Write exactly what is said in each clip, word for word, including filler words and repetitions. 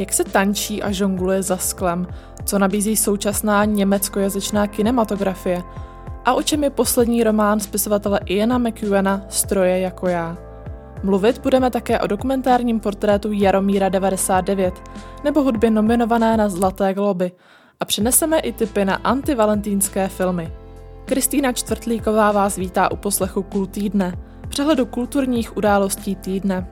Jak se tančí a žongluje za sklem, co nabízí současná německojazyčná kinematografie a o čem je poslední román spisovatele Iana McEwana Stroje jako já. Mluvit budeme také o dokumentárním portrétu Jaromíra devadesát devět nebo hudbě nominované na Zlaté globy a přineseme i tipy na antivalentínské filmy. Kristýna Čtvrtlíková vás vítá u poslechu Kult týdne, přehledu kulturních událostí týdne.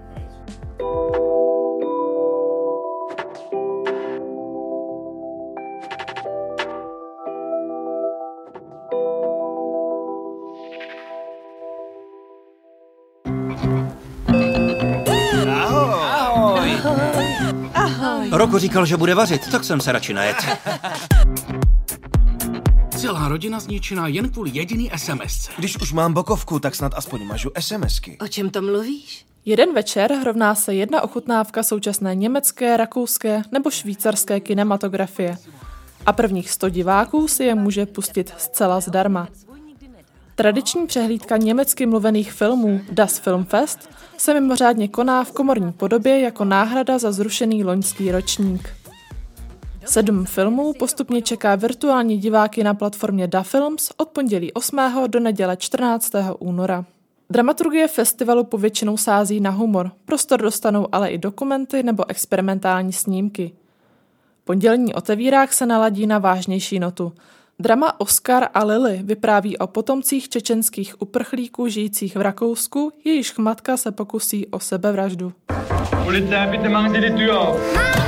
Roko říkal, že bude vařit, tak jsem se radši najet. Celá rodina zničená jen kvůli jediný SMSce. Když už mám bokovku, tak snad aspoň mažu SMSky. O čem to mluvíš? Jeden večer rovná se jedna ochutnávka současné německé, rakouské nebo švýcarské kinematografie. A prvních sto diváků si je může pustit zcela zdarma. Tradiční přehlídka německy mluvených filmů Das Filmfest se mimořádně koná v komorní podobě jako náhrada za zrušený loňský ročník. Sedm filmů postupně čeká virtuální diváky na platformě Da Films od pondělí osmého do neděle čtrnáctého února. Dramaturgie festivalu povětšinou sází na humor, prostor dostanou ale i dokumenty nebo experimentální snímky. Pondělní otevírák se naladí na vážnější notu. Drama Oskar a Lily vypráví o potomcích čečenských uprchlíků žijících v Rakousku, jejíž matka se pokusí o sebevraždu. Polizei, bitte machen Sie die Tür auf.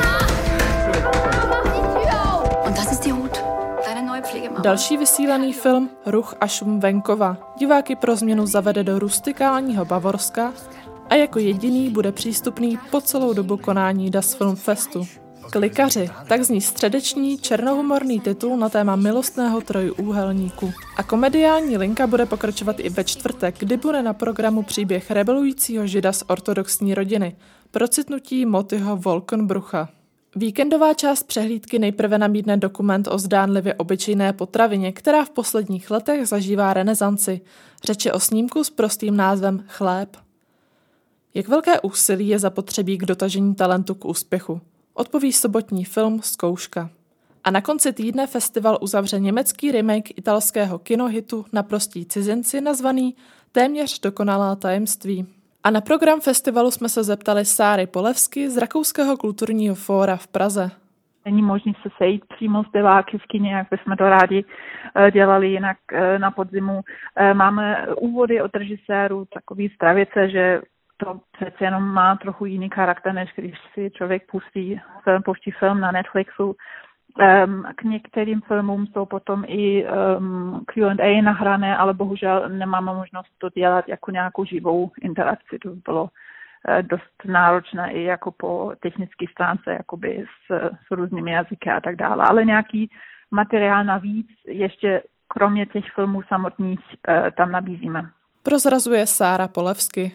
Und das ist die Ruth, deine neue Pflegemama. Další vysílaný film Ruch a šum venkova diváky pro změnu zavede do rustikálního Bavorska a jako jediný bude přístupný po celou dobu konání Das Filmfestu. Klikaři, tak zní středeční černohumorný titul na téma milostného trojúhelníku. A komediální linka bude pokračovat i ve čtvrtek, kdy bude na programu příběh rebelujícího žida z ortodoxní rodiny, procitnutí Motyho Wolkenbrucha. Víkendová část přehlídky nejprve nabídne dokument o zdánlivě obyčejné potravině, která v posledních letech zažívá renesanci. Řeč je o snímku s prostým názvem Chléb. Jak velké úsilí je zapotřebí k dotažení talentu k úspěchu? Odpoví sobotní film Zkouška. A na konci týdne festival uzavře německý remake italského kinohitu Naprostí cizinci nazvaný Téměř dokonalá tajemství. A na program festivalu jsme se zeptali Sáry Polevsky z Rakouského kulturního fóra v Praze. Není možné se sejít přímo s diváky v kině, jak bychom to rádi dělali jinak na podzimu. Máme úvody od režisérů, takový stravice, že to přece jenom má trochu jiný charakter, než když si člověk pustí film, pouští film na Netflixu. Um, k některým filmům jsou potom i um, Q and A nahrané, ale bohužel nemáme možnost to dělat jako nějakou živou interakci. To by bylo uh, dost náročné i jako po technické stránce, jakoby s, s různými jazyky a tak dále. Ale nějaký materiál navíc ještě kromě těch filmů samotných uh, tam nabízíme. Prozrazuje Sára Polevsky.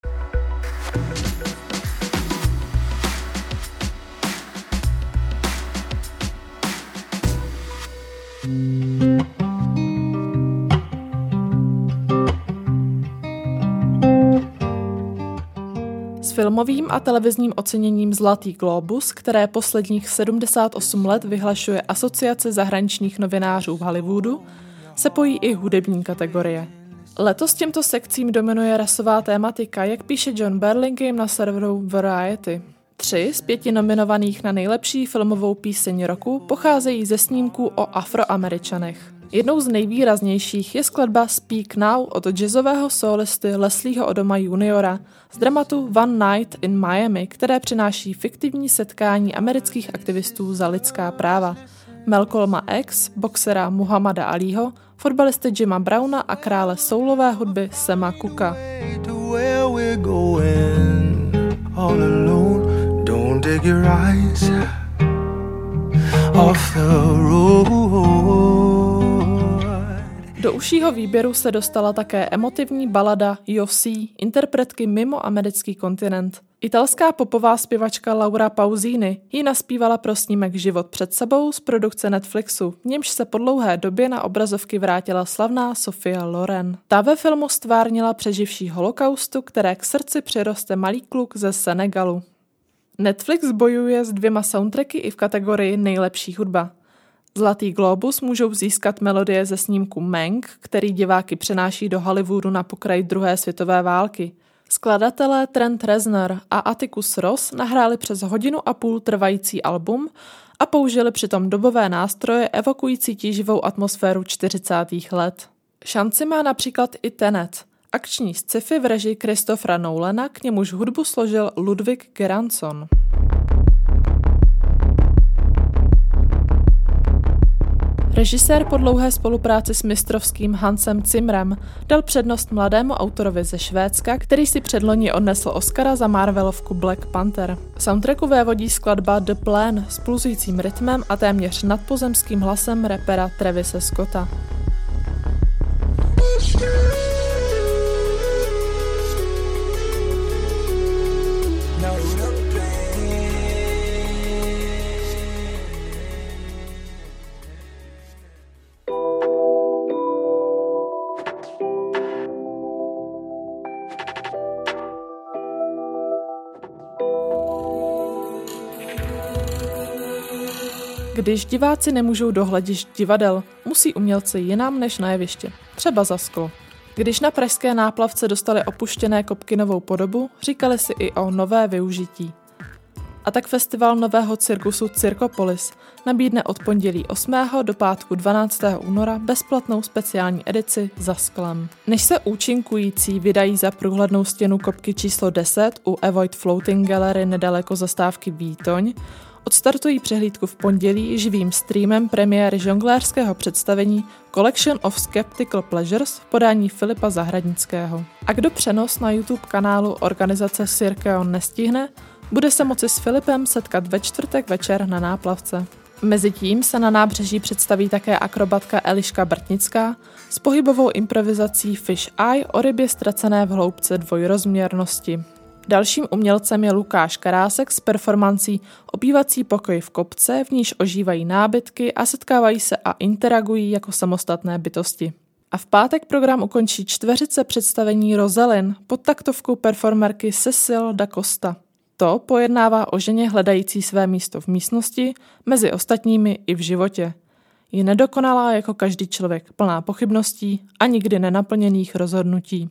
S filmovým a televizním oceněním Zlatý glóbus, které posledních sedmdesát osm let vyhlašuje Asociace zahraničních novinářů v Hollywoodu, se pojí i hudební kategorie. Letos těmto sekcím dominuje rasová tématika, jak píše John Burlingame na serveru Variety. Tři z pěti nominovaných na nejlepší filmovou píseň roku pocházejí ze snímků o Afroameričanech. Jednou z nejvýraznějších je skladba Speak Now od jazzového sólisty Leslieho Odoma juniora z dramatu One Night in Miami, které přináší fiktivní setkání amerických aktivistů za lidská práva. Malcolma X, boxera Muhammada Alího, fotbalisty Jima Browna a krále soulové hudby Sama Cooka. Take your eyes off the road. Do užšího výběru se dostala také emotivní balada Yossi, interpretky mimo americký kontinent. Italská popová zpěvačka Laura Pausini ji naspívala pro snímek Život před sebou z produkce Netflixu, v němž se po dlouhé době na obrazovky vrátila slavná Sophia Loren. Ta ve filmu stvárnila přeživší holokaustu, které k srdci přiroste malý kluk ze Senegalu. Netflix bojuje s dvěma soundtracky i v kategorii nejlepší hudba. Zlatý glóbus můžou získat melodie ze snímku Mank, který diváky přenáší do Hollywoodu na pokraj druhé světové války. Skladatelé Trent Reznor a Atticus Ross nahráli přes hodinu a půl trvající album a použili přitom dobové nástroje evokující tíživou atmosféru čtyřicátých let. Šanci má například i Tenet, akční sci-fi v režii Christophera Nolana, k němuž hudbu složil Ludwig Göransson. Režisér po dlouhé spolupráci s mistrovským Hansem Zimmerem dal přednost mladému autorovi ze Švédska, který si předloni odnesl Oscara za Marvelovku Black Panther. Soundtracku vévodí skladba The Plan s pulzujícím rytmem a téměř nadpozemským hlasem rapera Travise Scotta. Když diváci nemůžou do hledišť divadel, musí umělci jinam než na jeviště, třeba za sklo. Když na pražské náplavce dostali opuštěné kopky novou podobu, říkali si i o nové využití. A tak festival nového cirkusu Cirkopolis nabídne od pondělí osmého do pátku dvanáctého února bezplatnou speciální edici Za sklem. Než se účinkující vydají za průhlednou stěnu kopky číslo deset u Avoid Floating Gallery nedaleko zastávky Výtoň, odstartují přehlídku v pondělí živým streamem premiéry žonglérského představení Collection of Skeptical Pleasures v podání Filipa Zahradnického. A kdo přenos na YouTube kanálu organizace Cirkeon nestihne, bude se moci s Filipem setkat ve čtvrtek večer na náplavce. Mezitím se na nábřeží představí také akrobatka Eliška Brtnická s pohybovou improvizací Fish Eye o rybě ztracené v hloubce dvojrozměrnosti. Dalším umělcem je Lukáš Karásek s performancí Obývací pokoj v kopce, v níž ožívají nábytky a setkávají se a interagují jako samostatné bytosti. A v pátek program ukončí čtveřice představení Rosalyn pod taktovkou performerky Cecil da Costa. To pojednává o ženě hledající své místo v místnosti, mezi ostatními i v životě. Je nedokonalá jako každý člověk, plná pochybností a nikdy nenaplněných rozhodnutí.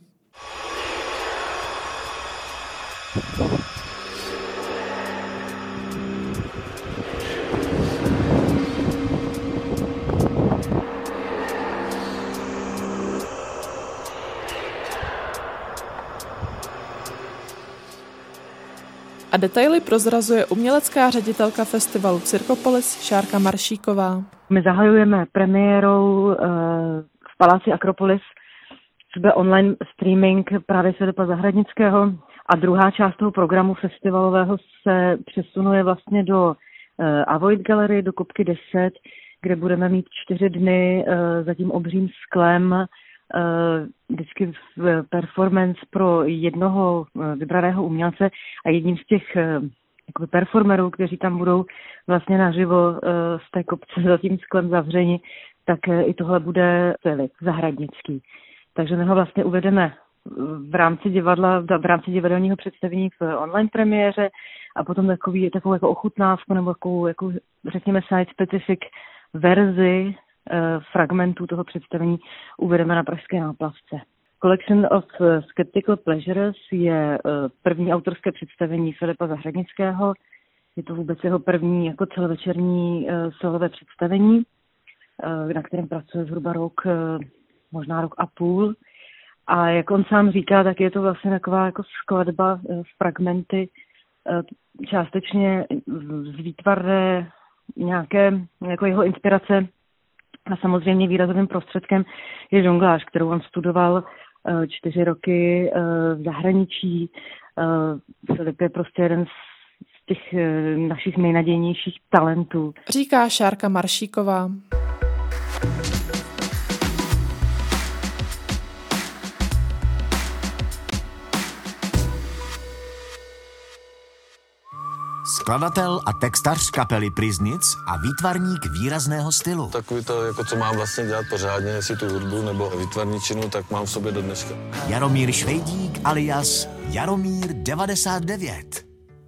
A detaily prozrazuje umělecká ředitelka festivalu Cirkopolis Šárka Maršíková. My zahajujeme premiérou uh, v Paláci Akropolis, což bude online streaming právě Filipa Zahradnického, a druhá část toho programu festivalového se přesunuje vlastně do uh, Avoid Gallery, do kopky deset, kde budeme mít čtyři dny uh, za tím obřím sklem Uh, vždycky v performance pro jednoho uh, vybraného umělce a jedním z těch uh, jakoby performerů, kteří tam budou vlastně naživo uh, z té kopce za tím sklem zavřeni, tak uh, i tohle bude Filip Zahradnický. Takže my ho vlastně uvedeme v rámci divadla, v rámci divadelního představení v online premiéře a potom takový, takovou jako ochutnávku nebo takovou, jako, řekněme, site-specific verzi fragmentů toho představení uvedeme na pražské náplavce. Collection of Skeptical Pleasures je první autorské představení Filipa Zahradnického. Je to vůbec jeho první jako celovečerní solové představení, na kterém pracuje zhruba rok, možná rok a půl. A jak on sám říká, tak je to vlastně taková jako skladba fragmenty, částečně z výtvarné nějaké jako jeho inspirace. A samozřejmě výrazovým prostředkem je žongláž, kterou on studoval čtyři roky v zahraničí. Filip je prostě jeden z těch našich nejnadějnějších talentů. Říká Šárka Maršíková. Skladatel a textař kapely Priznic a výtvarník výrazného stylu. Takový to, jako co mám vlastně dělat pořádně, jestli tu hudbu nebo výtvarničinu, tak mám v sobě do dneška. Jaromír Švejdík alias Jaromír devadesát devět.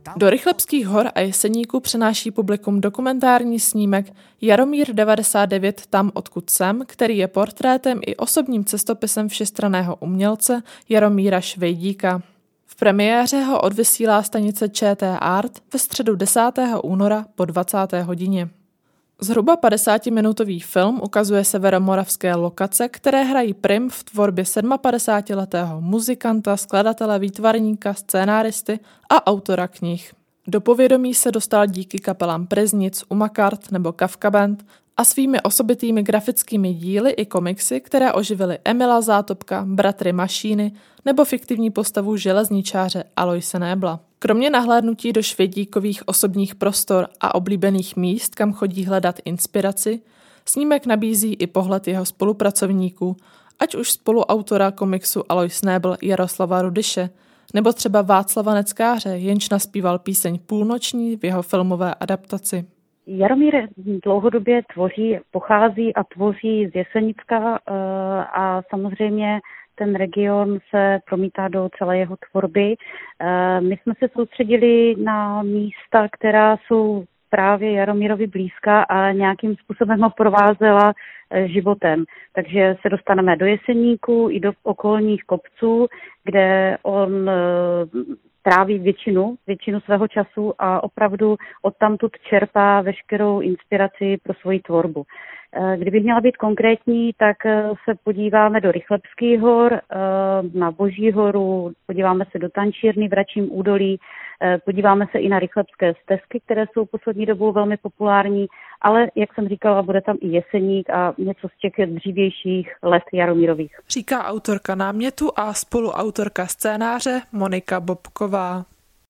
Do Rychlebských hor a Jeseníku přenáší publikum dokumentární snímek Jaromír devadesát devět Tam, odkud jsem, který je portrétem i osobním cestopisem všestranného umělce Jaromíra Švejdíka. V premiéře ho odvysílá stanice ČT Art ve středu desátého února po dvacáté hodině. Zhruba padesátiminutový film ukazuje severomoravské lokace, které hrají prim v tvorbě padesátsedmiletého muzikanta, skladatele, výtvarníka, scénáristy a autora knih. Do povědomí se dostal díky kapelám Priznic, Umakart nebo Kafka Band a svými osobitými grafickými díly i komiksy, které oživily Emila Zátopka, Bratry Mašíny nebo fiktivní postavu železničáře Aloise Nébla. Kromě nahlédnutí do Švědíkových osobních prostor a oblíbených míst, kam chodí hledat inspiraci, snímek nabízí i pohled jeho spolupracovníků, ať už spoluautora komiksu Alois Nébl Jaroslava Rudyše, nebo třeba Václava Neckáře, jenž naspíval píseň Půlnoční v jeho filmové adaptaci. Jaromír dlouhodobě tvoří, pochází a tvoří z Jesenicka a samozřejmě ten region se promítá do celé jeho tvorby. My jsme se soustředili na místa, která jsou právě Jaromírovi blízká a nějakým způsobem ho provázela životem. Takže se dostaneme do Jeseníku i do okolních kopců, kde on tráví většinu, většinu svého času a opravdu odtamtud čerpá veškerou inspiraci pro svoji tvorbu. Kdybych měla být konkrétní, tak se podíváme do Rychlebských hor, na Boží horu, podíváme se do Tančírny v Račím údolí, podíváme se i na rychlebské stezky, které jsou poslední dobou velmi populární, ale jak jsem říkala, bude tam i Jeseník a něco z těch dřívějších let Jaromírových. Říká autorka námětu a spoluautorka scénáře Monika Bobková.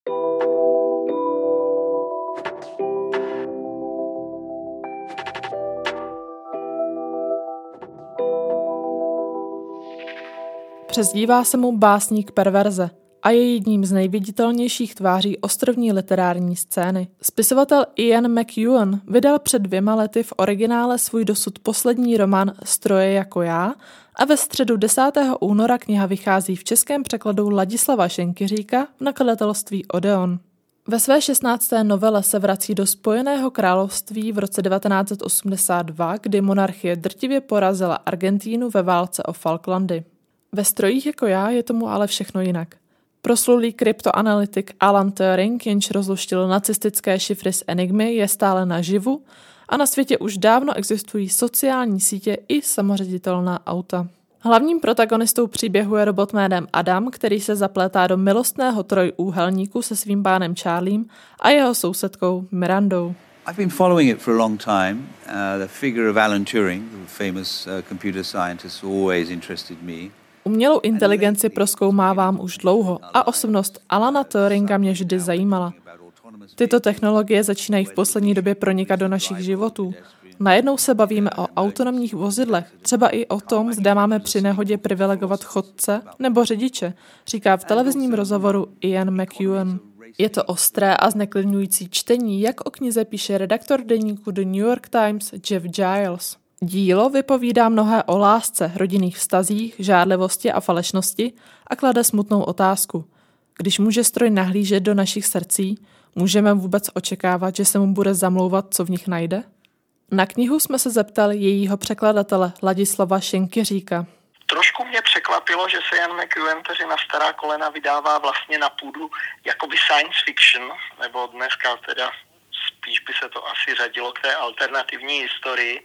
Přezdívá se mu básník perverze a je jedním z nejviditelnějších tváří ostrovní literární scény. Spisovatel Ian McEwan vydal před dvěma lety v originále svůj dosud poslední román Stroje jako já a ve středu desátého února kniha vychází v českém překladu Ladislava Šenkyříka v nakladatelství Odeon. Ve své šestnácté novele se vrací do Spojeného království v roce devatenáct set osmdesát dva, kdy monarchie drtivě porazila Argentínu ve válce o Falklandy. Ve Strojích jako já je tomu ale všechno jinak. Proslulý kryptoanalytik Alan Turing, jenž rozluštil nacistické šifry z Enigmy, je stále naživu a na světě už dávno existují sociální sítě i samoředitelná auta. Hlavním protagonistou příběhu je robot jménem Adam, který se zaplétá do milostného trojúhelníku se svým pánem Charliem a jeho sousedkou Mirandou. I've been following it for a long time. Uh, the figure of Alan Turing, the famous uh, computer scientist, always interested me. Umělou inteligenci prozkoumávám už dlouho a osobnost Alana Turinga mě vždy zajímala. Tyto technologie začínají v poslední době pronikat do našich životů. Najednou se bavíme o autonomních vozidlech, třeba i o tom, zda máme při nehodě privilegovat chodce nebo řidiče, říká v televizním rozhovoru Ian McEwan. Je to ostré a zneklidňující čtení, jak o knize píše redaktor deníku The New York Times Jeff Giles. Dílo vypovídá mnohé o lásce, rodinných vztazích, žárlivosti a falešnosti a klade smutnou otázku. Když může stroj nahlížet do našich srdcí, můžeme vůbec očekávat, že se mu bude zamlouvat, co v nich najde? Na knihu jsme se zeptali jejího překladatele Ladislava Šenkyříka. Trošku mě překvapilo, že se Ian McEwan na stará kolena vydává vlastně na půdu jakoby science fiction, nebo dneska teda spíš by se to asi řadilo k té alternativní historii,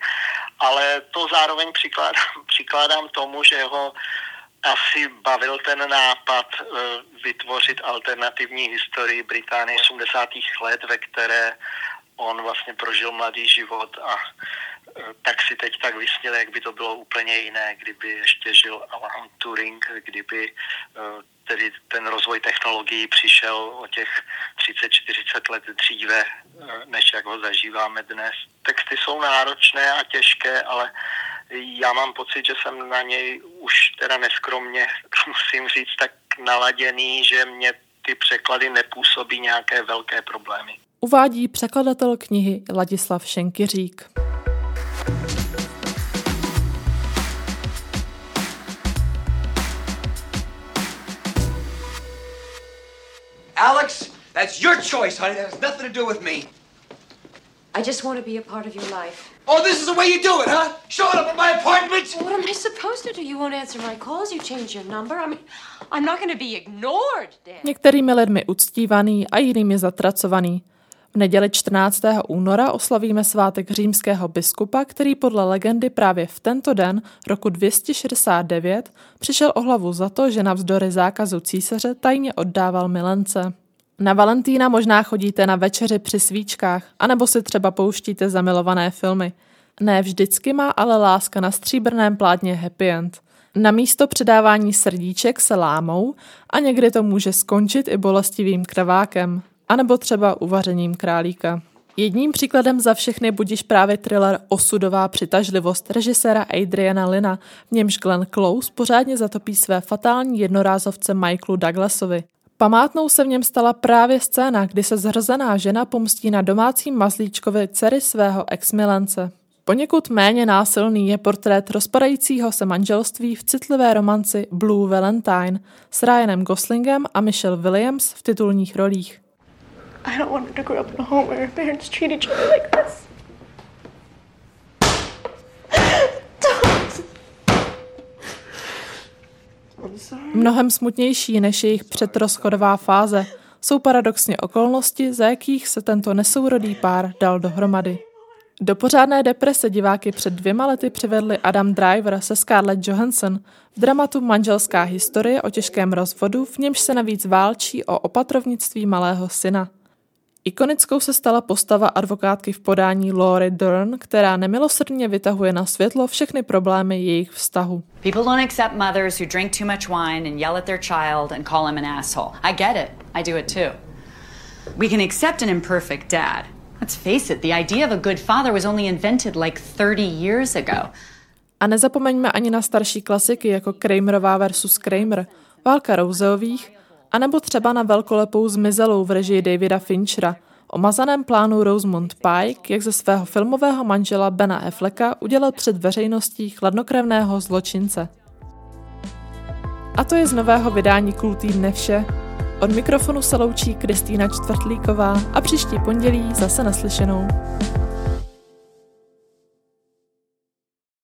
ale to zároveň přikládám, přikládám tomu, že ho asi bavil ten nápad e, vytvořit alternativní historii Británie osmdesátých let, ve které on vlastně prožil mladý život a e, tak si teď tak vysněl, jak by to bylo úplně jiné, kdyby ještě žil Alan Turing, kdyby e, tedy ten rozvoj technologií přišel o těch třicet čtyřicet let dříve, než jak ho zažíváme dnes. Texty jsou náročné a těžké, ale já mám pocit, že jsem na něj už teda neskromně, musím říct, tak naladěný, že mě ty překlady nepůsobí nějaké velké problémy. Uvádí překladatel knihy Ladislav Šenkyřík. Alex, That's your choice, honey. That has nothing to do with me. I just want to be a part of your life. Oh, this is the way you do it, huh? Showing up at my apartment? What am I supposed to do? You won't answer my calls. You change your number. I mean, I'm not going to be ignored, Dan. Některými lidmi uctívaný a jinými zatracovaný. V neděli čtrnáctého února oslavíme svátek římského biskupa, který podle legendy právě v tento den roku dvě stě šedesát devět přišel o hlavu za to, že navzdory zákazu císaře tajně oddával milence. Na Valentína možná chodíte na večeři při svíčkách, anebo si třeba pouštíte zamilované filmy. Ne vždycky má ale láska na stříbrném plátně happy end. Na místo předávání srdíček se lámou a někdy to může skončit i bolestivým krvákem, anebo třeba uvařením králíka. Jedním příkladem za všechny budiž právě thriller Osudová přitažlivost režiséra Adriana Lyna, v němž Glenn Close pořádně zatopí své fatální jednorázovce Michaelu Douglasovi. Památnou se v něm stala právě scéna, kdy se zhrzená žena pomstí na domácím mazlíčkovi dcery svého ex-milence. Poněkud méně násilný je portrét rozpadajícího se manželství v citlivé romanci Blue Valentine s Ryanem Goslingem a Michelle Williams v titulních rolích. I don't want her to grow up in a home where her parents treat each other like this. Mnohem smutnější než jejich předrozchodová fáze jsou paradoxně okolnosti, za jakých se tento nesourodý pár dal dohromady. Do pořádné deprese diváky před dvěma lety přivedli Adam Driver se Scarlett Johansson v dramatu Manželská historie o těžkém rozvodu, v němž se navíc válčí o opatrovnictví malého syna. Ikonickou se stala postava advokátky v podání Laura Dern, která nemilosrdně vytahuje na světlo všechny problémy jejich vztahu. People don't accept mothers who drink too much wine and yell at their child and call him an asshole. I get it. I do it too. We can accept an imperfect dad. Let's face it, the idea of a good father was only invented like thirty years ago. A nezapomeňme ani na starší klasiky jako Kramerová versus Kramer, Válka Roseových, anebo třeba na velkolepou Zmizelou v režii Davida Finchera, o mazaném plánu Rosamund Pike, jak ze svého filmového manžela Bena Afflecka udělal před veřejností chladnokrevného zločince. A to je z nového vydání Cool Týdne vše. Od mikrofonu se loučí Kristýna Čtvrtlíková a příští pondělí zase naslyšenou.